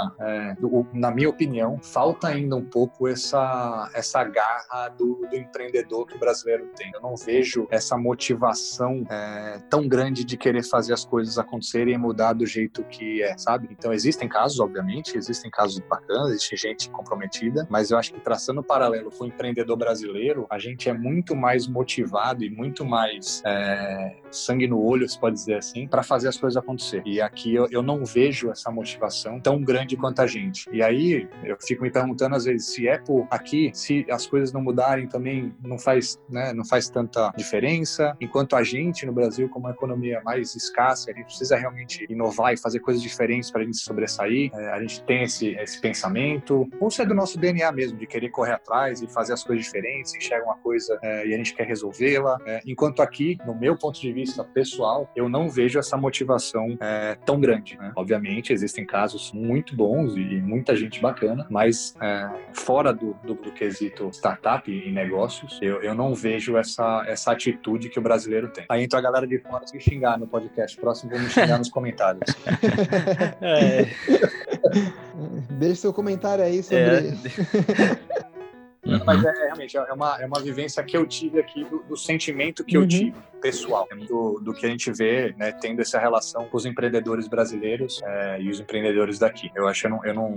A: na minha opinião, falta ainda um pouco essa garra do empreendedor que o brasileiro tem. Eu não vejo essa motivação tão grande de querer fazer as coisas acontecerem e mudar do jeito que sabe? Então existem casos, obviamente, existem casos bacanas, existe gente comprometida, mas eu acho que traçando um paralelo com o empreendedor brasileiro, a gente é muito mais motivado e muito mais sangue no olho, se pode dizer assim, para fazer as coisas acontecer. E aqui eu não vejo essa motivação tão grande quanto a gente. E aí eu fico me perguntando às vezes se por aqui, se as coisas não mudarem também não faz tanta diferença, enquanto a gente no Brasil, como uma economia mais escassa, a gente precisa realmente inovar e fazer coisas diferentes para a gente sobressair. A gente tem esse pensamento, ou se é do nosso DNA mesmo, de querer correr atrás e fazer as coisas diferentes, enxerga uma coisa e a gente quer resolvê-la. Enquanto aqui, no meu ponto de vista pessoal, eu não vejo essa motivação tão grande, né? Obviamente, existem casos muito bons e muita gente bacana, mas fora do quesito startup e negócios, eu não vejo essa atitude que o brasileiro tem. Aí entra a galera de fora se xingar no podcast próximo, vou me xingar nos comentários.
B: Deixe seu comentário aí sobre...
A: Mas realmente é uma vivência que eu tive aqui do sentimento que eu tive pessoal, do que a gente vê, né, tendo essa relação com os empreendedores brasileiros e os empreendedores daqui. Eu acho eu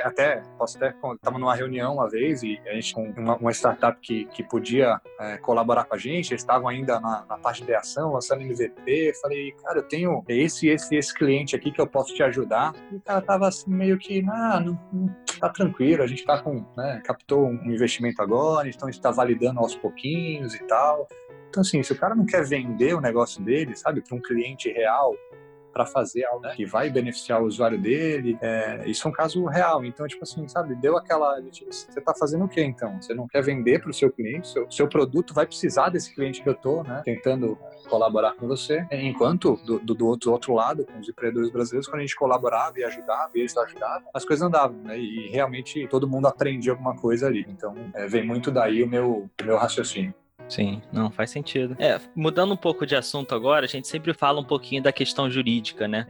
A: estava numa reunião uma vez e a gente com uma startup que podia colaborar com a gente, eles estavam ainda na parte de ideação, lançando MVP, falei, cara, eu tenho esse cliente aqui que eu posso te ajudar, e o cara tava assim meio que, não tá tranquilo, a gente tá captou um investimento agora, então a gente tá validando aos pouquinhos e tal. Então, assim, se o cara não quer vender o negócio dele, sabe, para um cliente real, para fazer algo que vai beneficiar o usuário dele, isso é um caso real. Então, tipo assim, sabe, deu aquela... Você tá fazendo o quê, então? Você não quer vender para o seu cliente? Seu produto vai precisar desse cliente que eu tô, né, tentando colaborar com você. Enquanto, do outro lado, com os empreendedores brasileiros, quando a gente colaborava e ajudava, e eles ajudavam, as coisas andavam, né? E realmente todo mundo aprendia alguma coisa ali. Então, vem muito daí o meu raciocínio.
C: Sim, não, faz sentido. Mudando um pouco de assunto agora, a gente sempre fala um pouquinho da questão jurídica, né?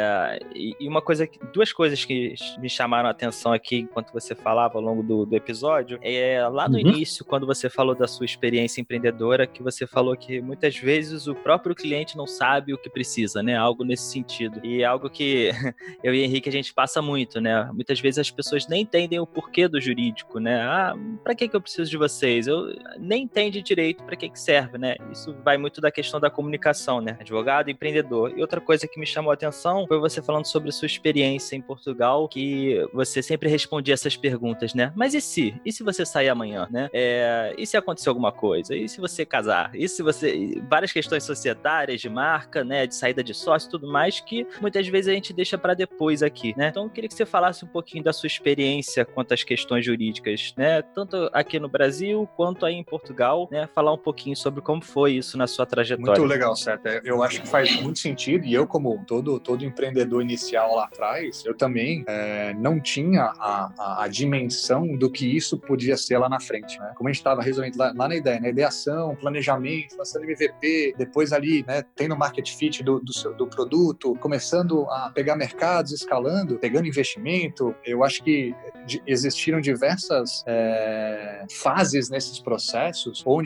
C: E duas coisas que me chamaram a atenção aqui enquanto você falava ao longo do episódio, lá no início, quando você falou da sua experiência empreendedora, que você falou que muitas vezes o próprio cliente não sabe o que precisa, né? Algo nesse sentido. E algo que eu e Henrique a gente passa muito, né? Muitas vezes as pessoas nem entendem o porquê do jurídico, né? Pra que eu preciso de vocês? Eu nem entendo direito para que serve, né? Isso vai muito da questão da comunicação, né? Advogado, empreendedor. E outra coisa que me chamou a atenção foi você falando sobre a sua experiência em Portugal, que você sempre respondia essas perguntas, né? Mas e se? E se você sair amanhã, né? E se acontecer alguma coisa? E se você casar? E se você... Várias questões societárias, de marca, né? De saída de sócio e tudo mais, que muitas vezes a gente deixa para depois aqui, né? Então eu queria que você falasse um pouquinho da sua experiência quanto às questões jurídicas, né? Tanto aqui no Brasil, quanto aí em Portugal, né? Falar um pouquinho sobre como foi isso na sua trajetória.
A: Muito legal, certo? Eu acho que faz muito sentido, e eu, como todo empreendedor inicial lá atrás, eu também não tinha a dimensão do que isso podia ser lá na frente, né? Como a gente estava resolvendo lá na ideia, né? Ideação, planejamento, lançando MVP, depois ali, né, tendo market fit do produto, começando a pegar mercados, escalando, pegando investimento. Eu acho que existiram diversas fases nesses processos, onde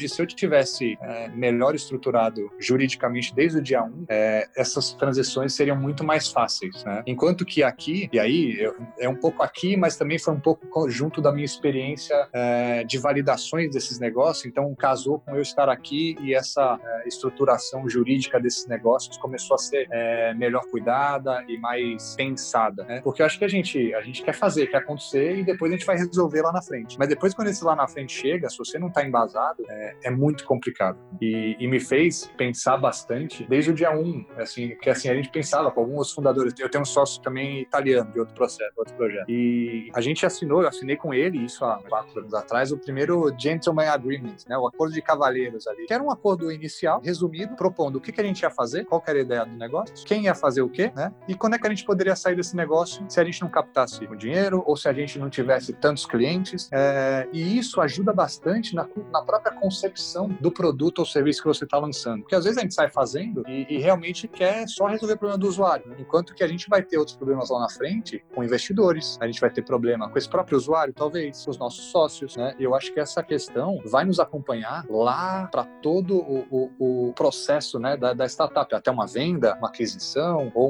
A: onde se eu tivesse melhor estruturado juridicamente desde o dia 1, essas transições seriam muito mais fáceis, né? Enquanto que aqui, e aí é um pouco aqui, mas também foi um pouco junto da minha experiência de validações desses negócios, então casou com eu estar aqui e essa estruturação jurídica desses negócios começou a ser melhor cuidada e mais pensada, né? Porque eu acho que a gente quer fazer, quer acontecer e depois a gente vai resolver lá na frente. Mas depois, quando esse lá na frente chega, se você não está embasado, é muito complicado. E me fez pensar bastante desde o dia 1, assim, que assim, a gente pensava com alguns fundadores. Eu tenho um sócio também italiano de outro projeto. E a gente eu assinei com ele, isso há 4 anos atrás, o primeiro Gentleman Agreement, né? O acordo de cavalheiros ali, que era um acordo inicial, resumido, propondo o que a gente ia fazer, qual que era a ideia do negócio, quem ia fazer o quê, né? E quando é que a gente poderia sair desse negócio se a gente não captasse o dinheiro ou se a gente não tivesse tantos clientes. E isso ajuda bastante na própria concepção do produto ou serviço que você está lançando. Porque às vezes a gente sai fazendo e realmente quer só resolver o problema do usuário, né? Enquanto que a gente vai ter outros problemas lá na frente com investidores, a gente vai ter problema com esse próprio usuário, talvez, com os nossos sócios, né? E eu acho que essa questão vai nos acompanhar lá para todo o processo, né, da startup, até uma venda, uma aquisição ou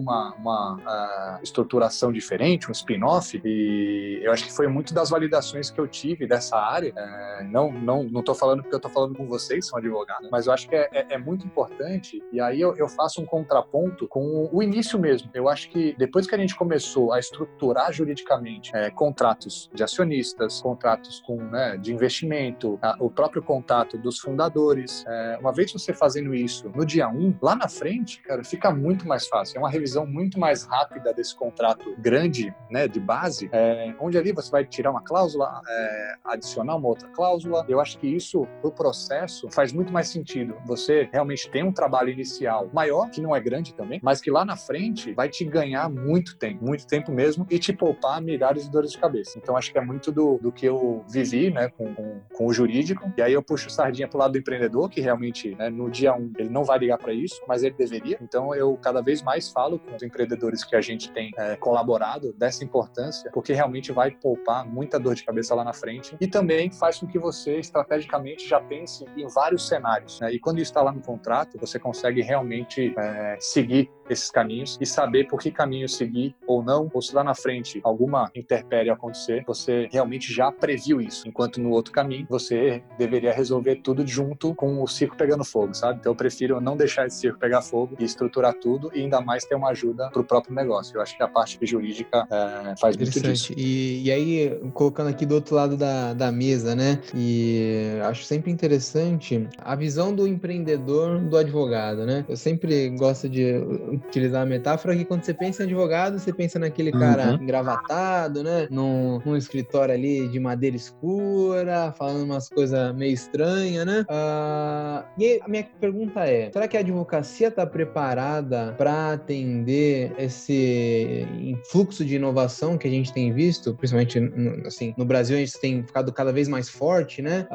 A: uma estruturação diferente, um spin-off. E eu acho que foi muito das validações que eu tive dessa área. Não estou falando porque eu estou falando com vocês, são advogados, mas eu acho que é muito importante. E aí eu faço um contraponto com o início mesmo. Eu acho que depois que a gente começou a estruturar juridicamente contratos de acionistas, contratos de investimento, o próprio contato dos fundadores, uma vez você fazendo isso no dia 1, lá na frente, cara, fica muito mais fácil. É uma revisão muito mais rápida desse contrato grande, né, de base, onde ali você vai tirar uma cláusula, adicionar uma outra cláusula. Eu acho que isso, pro processo, faz muito mais sentido. Você realmente tem um trabalho inicial maior, que não é grande também, mas que lá na frente vai te ganhar muito tempo mesmo, e te poupar milhares de dores de cabeça. Então, acho que é muito do que eu vivi, né, com o jurídico. E aí eu puxo sardinha pro lado do empreendedor, que realmente, né, no dia 1, ele não vai ligar para isso, mas ele deveria. Então, eu cada vez mais falo com os empreendedores que a gente tem colaborado dessa importância, porque realmente vai poupar muita dor de cabeça lá na frente e também faz com que você, estrategicamente, já pense em vários cenários, né? E quando isso está lá no contrato, você consegue realmente seguir esses caminhos e saber por que caminho seguir ou não, ou se lá na frente alguma intempérie acontecer, você realmente já previu isso, enquanto no outro caminho você deveria resolver tudo junto com o circo pegando fogo, sabe? Então eu prefiro não deixar esse circo pegar fogo e estruturar tudo e ainda mais ter uma ajuda pro próprio negócio. Eu acho que a parte jurídica faz muito disso.
B: E aí, colocando aqui do outro lado da mesa, né? E acho sempre interessante a visão do empreendedor do advogado, né? Eu sempre gosto de utilizar a metáfora que quando você pensa em advogado, você pensa naquele cara engravatado, né? Num escritório ali de madeira escura, falando umas coisas meio estranhas, né? E aí, a minha pergunta é, será que a advocacia está preparada para atender esse influxo de inovação que a gente tem visto, principalmente no Brasil, a gente tem ficado cada vez mais forte, né?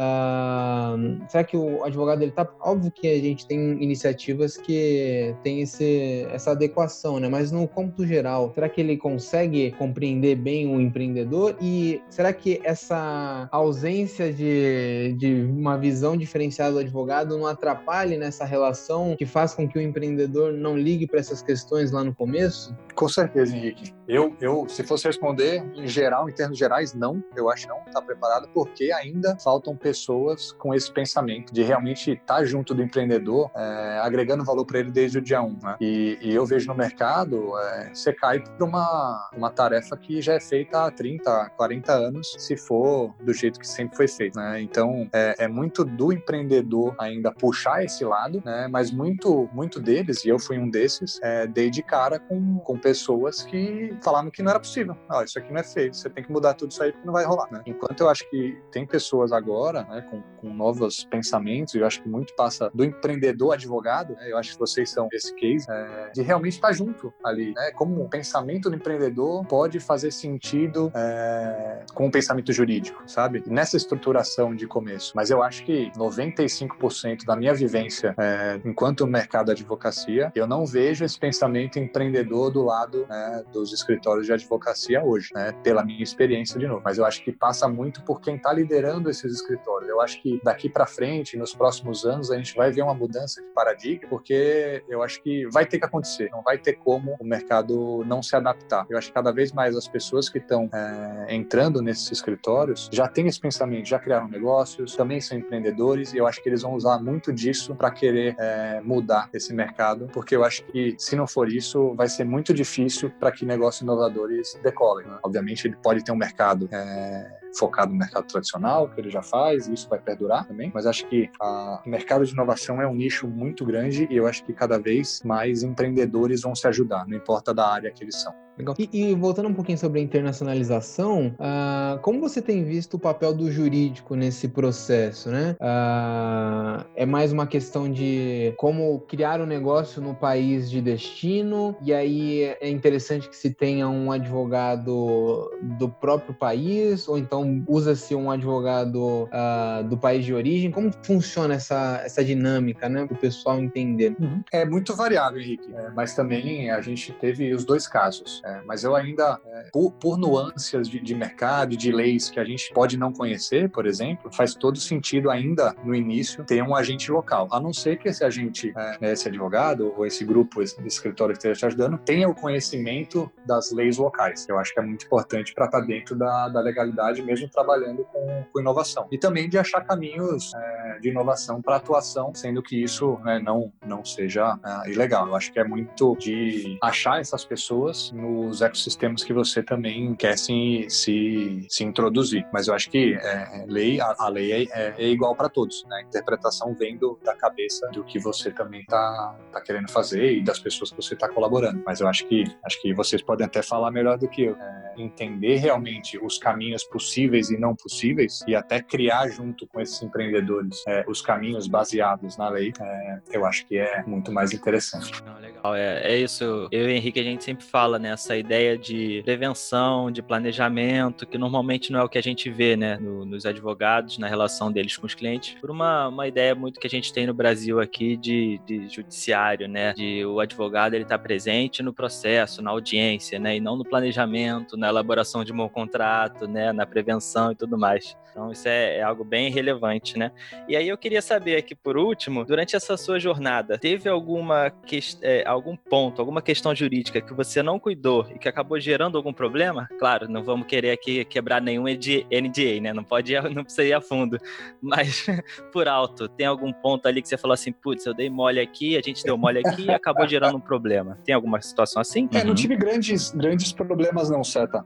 B: Será que o advogado, ele tá... Óbvio que a gente tem iniciativas que tem essa adequação, né? Mas no cômputo geral, será que ele consegue compreender bem o empreendedor? E será que essa ausência de uma visão diferenciada do advogado não atrapalha nessa relação que faz com que o empreendedor não ligue para essas questões lá no começo?
A: Com certeza, Henrique. Eu, se fosse responder em geral, em termos gerais, não. Eu acho que não está preparado porque ainda faltam pessoas com esse pensamento de realmente estar junto do empreendedor, agregando valor para ele desde o dia 1, né? E eu vejo no mercado, você cai para uma tarefa que já é feita há 30, 40 anos, se for do jeito que sempre foi feito, né? Então, é muito do empreendedor ainda puxar esse lado, né? Mas muito deles, e eu fui um desses, dei de cara com pessoas que falaram que não era possível. Isso aqui não é feito, você tem que mudar tudo isso aí porque não vai rolar, né? Enquanto eu acho que tem pessoas agora, né, com novos pensamentos, e eu acho que muito passa do empreendedor advogado, né? Eu acho que vocês são esse case, de realmente estar junto ali, né? Como o pensamento do empreendedor pode fazer sentido com o pensamento jurídico, sabe? Nessa estruturação de começo. Mas eu acho que 95% da minha vivência enquanto mercado da advocacia, eu não vejo esse pensamento empreendedor do lado, né, dos escritórios de advocacia hoje, né, pela minha experiência de novo. Mas eu acho que passa muito por quem está liderando esses escritórios. Eu acho que daqui daqui para frente, nos próximos anos, a gente vai ver uma mudança de paradigma, porque eu acho que vai ter que acontecer, não vai ter como o mercado não se adaptar. Eu acho que cada vez mais as pessoas que estão entrando nesses escritórios já têm esse pensamento, já criaram negócios, também são empreendedores, e eu acho que eles vão usar muito disso para querer mudar esse mercado, porque eu acho que se não for isso, vai ser muito difícil para que negócios inovadores decolem, né? Obviamente ele pode ter um mercado focado no mercado tradicional, que ele já faz, e isso vai perdurar também, mas acho que o mercado de inovação é um nicho muito grande e eu acho que cada vez mais empreendedores vão se ajudar, não importa da área que eles são.
B: Legal. E voltando um pouquinho sobre a internacionalização, como você tem visto o papel do jurídico nesse processo, né? É mais uma questão de como criar um negócio no país de destino, e aí é interessante que se tenha um advogado do próprio país, ou então usa-se um advogado do país de origem. Como funciona essa dinâmica, né? Para o pessoal entender.
A: É muito variável, Henrique, mas também a gente teve os dois casos. Mas eu ainda, por nuances de mercado e de leis que a gente pode não conhecer, por exemplo, faz todo sentido ainda, no início, ter um agente local. A não ser que esse agente, esse advogado ou esse grupo, esse escritório que esteja te ajudando, tenha o conhecimento das leis locais. Eu acho que é muito importante para estar dentro da legalidade, mesmo trabalhando com inovação. E também de achar caminhos de inovação para atuação, sendo que isso não seja ilegal. Eu acho que é muito de achar essas pessoas nos ecossistemas que você também quer se introduzir. Mas eu acho que a lei é igual para todos, né? A interpretação vem da cabeça do que você também tá querendo fazer e das pessoas que você está colaborando. Mas eu acho que vocês podem até falar melhor do que eu. Entender realmente os caminhos possíveis e não possíveis e até criar junto com esses empreendedores os caminhos baseados na lei, eu acho que é muito mais interessante.
C: Legal, é isso. Eu e o Henrique, a gente sempre fala, né, essa ideia de prevenção, de planejamento, que normalmente não é o que a gente vê, né, nos advogados, na relação deles com os clientes, por uma ideia muito que a gente tem no Brasil aqui de judiciário, né, de o advogado ele tá presente no processo, na audiência, né, e não no planejamento, na elaboração de um bom contrato, né, na prevenção e tudo mais. Então isso é algo bem relevante, né? E aí eu queria saber aqui, por último, durante essa sua jornada, teve algum ponto, alguma questão jurídica que você não cuidou e que acabou gerando algum problema? Claro, não vamos querer aqui quebrar nenhum NDA, né? Não precisa ir a fundo, mas por alto, tem algum ponto ali que você falou assim, putz, eu dei mole aqui, a gente deu mole aqui e acabou gerando um problema. Tem alguma situação assim?
A: Não tive grandes problemas não, Seta,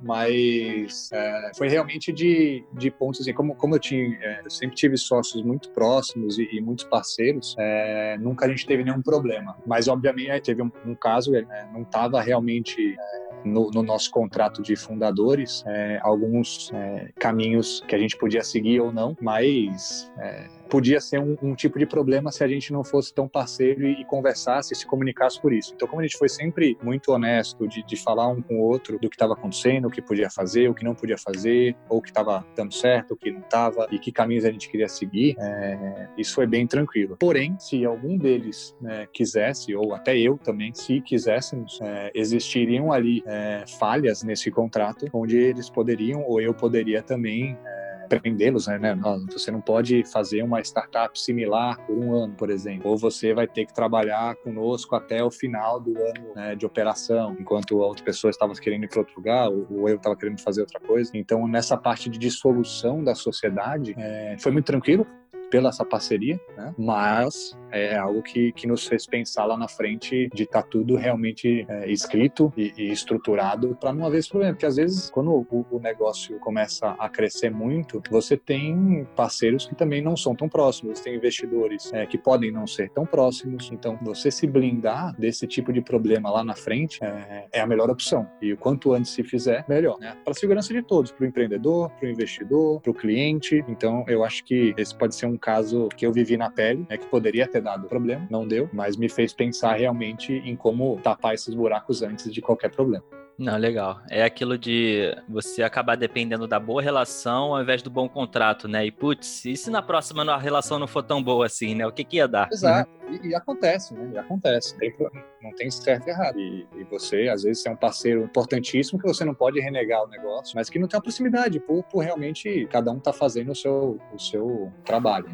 A: mas foi realmente de pontos assim, como eu sempre tive sócios muito próximos e muitos parceiros, nunca a gente teve nenhum problema, mas obviamente teve um caso, não estava realmente no nosso contrato de fundadores alguns caminhos que a gente podia seguir ou não, mas podia ser um tipo de problema se a gente não fosse tão parceiro e conversasse e se comunicasse por isso. Então, como a gente foi sempre muito honesto de falar um com o outro do que estava acontecendo, o que podia fazer, o que não podia fazer, ou o que estava dando certo, o que não estava, e que caminhos a gente queria seguir, isso foi bem tranquilo. Porém, se algum deles quisesse, ou até eu também, se quiséssemos, existiriam ali falhas nesse contrato, onde eles poderiam, ou eu poderia também prendê-los, né? Você não pode fazer uma startup similar por um ano, por exemplo, ou você vai ter que trabalhar conosco até o final do ano de operação, enquanto a outra pessoa estava querendo ir para outro lugar, ou eu estava querendo fazer outra coisa. Então, nessa parte de dissolução da sociedade, foi muito tranquilo pela essa parceria, né? Mas é algo que nos fez pensar lá na frente de estar tudo realmente escrito e estruturado para não haver esse problema, porque às vezes quando o negócio começa a crescer muito, você tem parceiros que também não são tão próximos, você tem investidores que podem não ser tão próximos, então você se blindar desse tipo de problema lá na frente é a melhor opção, e o quanto antes se fizer, melhor, né? Para a segurança de todos, para o empreendedor, para o investidor, para o cliente. Então eu acho que esse pode ser um caso que eu vivi na pele, que poderia ter dado problema, não deu, mas me fez pensar realmente em como tapar esses buracos antes de qualquer problema.
C: Não, legal. É aquilo de você acabar dependendo da boa relação ao invés do bom contrato, né? E putz, e se na próxima a relação não for tão boa assim, né? O que ia dar?
A: Exato. E acontece, né? E acontece. Não tem certo e errado. E você, às vezes, é um parceiro importantíssimo que você não pode renegar o negócio, mas que não tem uma proximidade, por realmente cada um tá fazendo o seu trabalho, né?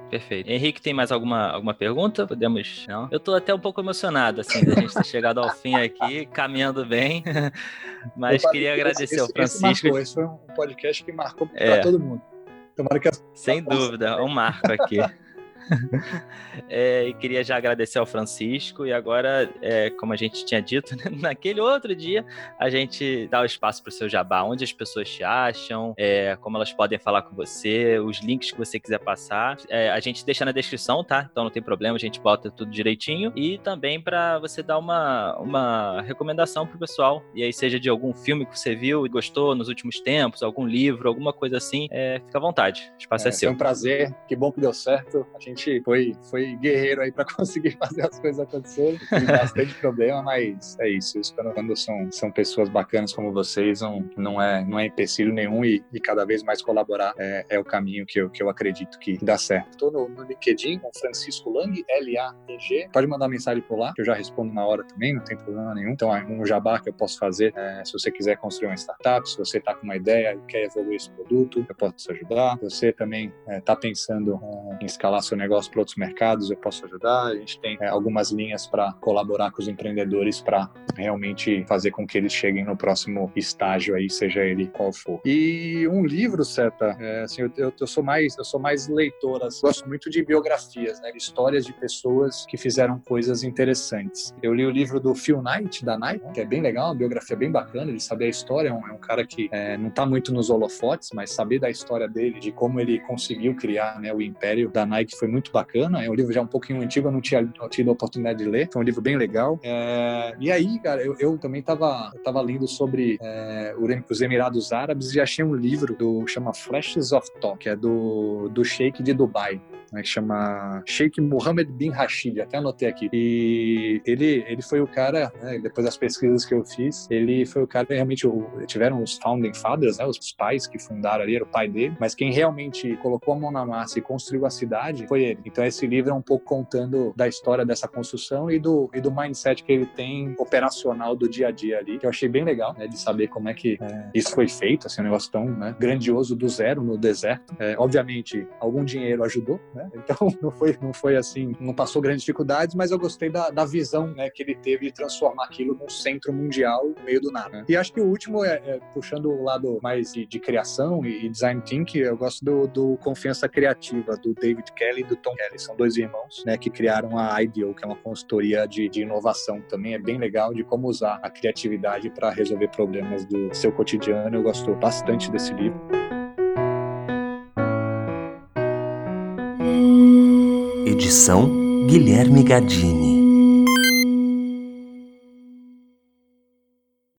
E: Perfeito. Henrique, tem mais alguma pergunta? Podemos? Não? Eu tô até um pouco emocionado, assim, da gente ter chegado ao fim aqui, caminhando bem. Mas queria agradecer ao Francisco.
A: Esse foi um podcast que marcou para todo mundo. Tomara que
E: sem dúvida, é um marco aqui. E queria já agradecer ao Francisco e agora, como a gente tinha dito, né, naquele outro dia, a gente dá o espaço para o seu jabá, onde as pessoas te acham, como elas podem falar com você, os links que você quiser passar, a gente deixa na descrição, tá? Então não tem problema, a gente bota tudo direitinho e também para você dar uma recomendação pro pessoal, e aí seja de algum filme que você viu e gostou nos últimos tempos, algum livro, alguma coisa assim, fica à vontade, o espaço é seu.
A: Foi um prazer, que bom que deu certo, a gente foi guerreiro aí para conseguir fazer as coisas acontecerem. Tem bastante problema, mas é isso. Quando são pessoas bacanas como vocês, não é empecilho nenhum e cada vez mais colaborar é o caminho que eu acredito que dá certo. Estou no LinkedIn com Francisco Lang, L-A-N-G. Pode mandar mensagem por lá, que eu já respondo na hora também, não tem problema nenhum. Então, um jabá que eu posso fazer, se você quiser construir uma startup, se você está com uma ideia e quer evoluir esse produto, eu posso te ajudar. Se você também está pensando em escalar seu negócio para outros mercados, eu posso ajudar. A gente tem algumas linhas para colaborar com os empreendedores para realmente fazer com que eles cheguem no próximo estágio aí, seja ele qual for. E um livro, Seta, assim, eu sou mais leitor, assim, gosto muito de biografias, né, histórias de pessoas que fizeram coisas interessantes. Eu li o livro do Phil Knight, da Nike, que é bem legal, uma biografia bem bacana, ele saber a história, é um cara que não está muito nos holofotes, mas saber da história dele, de como ele conseguiu criar, né, o império da Nike foi muito bacana. É um livro já um pouquinho antigo, eu não tinha tido a oportunidade de ler. Foi um livro bem legal. E aí, cara, eu também tava lendo sobre os Emirados Árabes e achei um livro chama Flashes of Talk, que é do Sheikh de Dubai, né, que chama Sheikh Mohammed bin Rashid, até anotei aqui. E ele foi o cara, né, depois das pesquisas que eu fiz, ele foi o cara que realmente tiveram os founding fathers, né, os pais que fundaram ali, era o pai dele, mas quem realmente colocou a mão na massa e construiu a cidade foi ele. Então esse livro é um pouco contando da história dessa construção e do mindset que ele tem operacional do dia a dia ali, que eu achei bem legal, né, de saber como é que isso foi feito, assim, um negócio tão, né, grandioso do zero no deserto. Obviamente, algum dinheiro ajudou, né? Então não foi assim, não passou grandes dificuldades, mas eu gostei da visão, né, que ele teve de transformar aquilo num centro mundial no meio do nada, né? E acho que o último puxando o lado mais de criação e design thinking, eu gosto do Confiança Criativa, do David Kelly e do Tom Kelly. São dois irmãos, né, que criaram a IDEO, que é uma consultoria de inovação. Também é bem legal de como usar a criatividade para resolver problemas do seu cotidiano. Eu gosto bastante desse livro.
F: Edição Guilherme Gadini.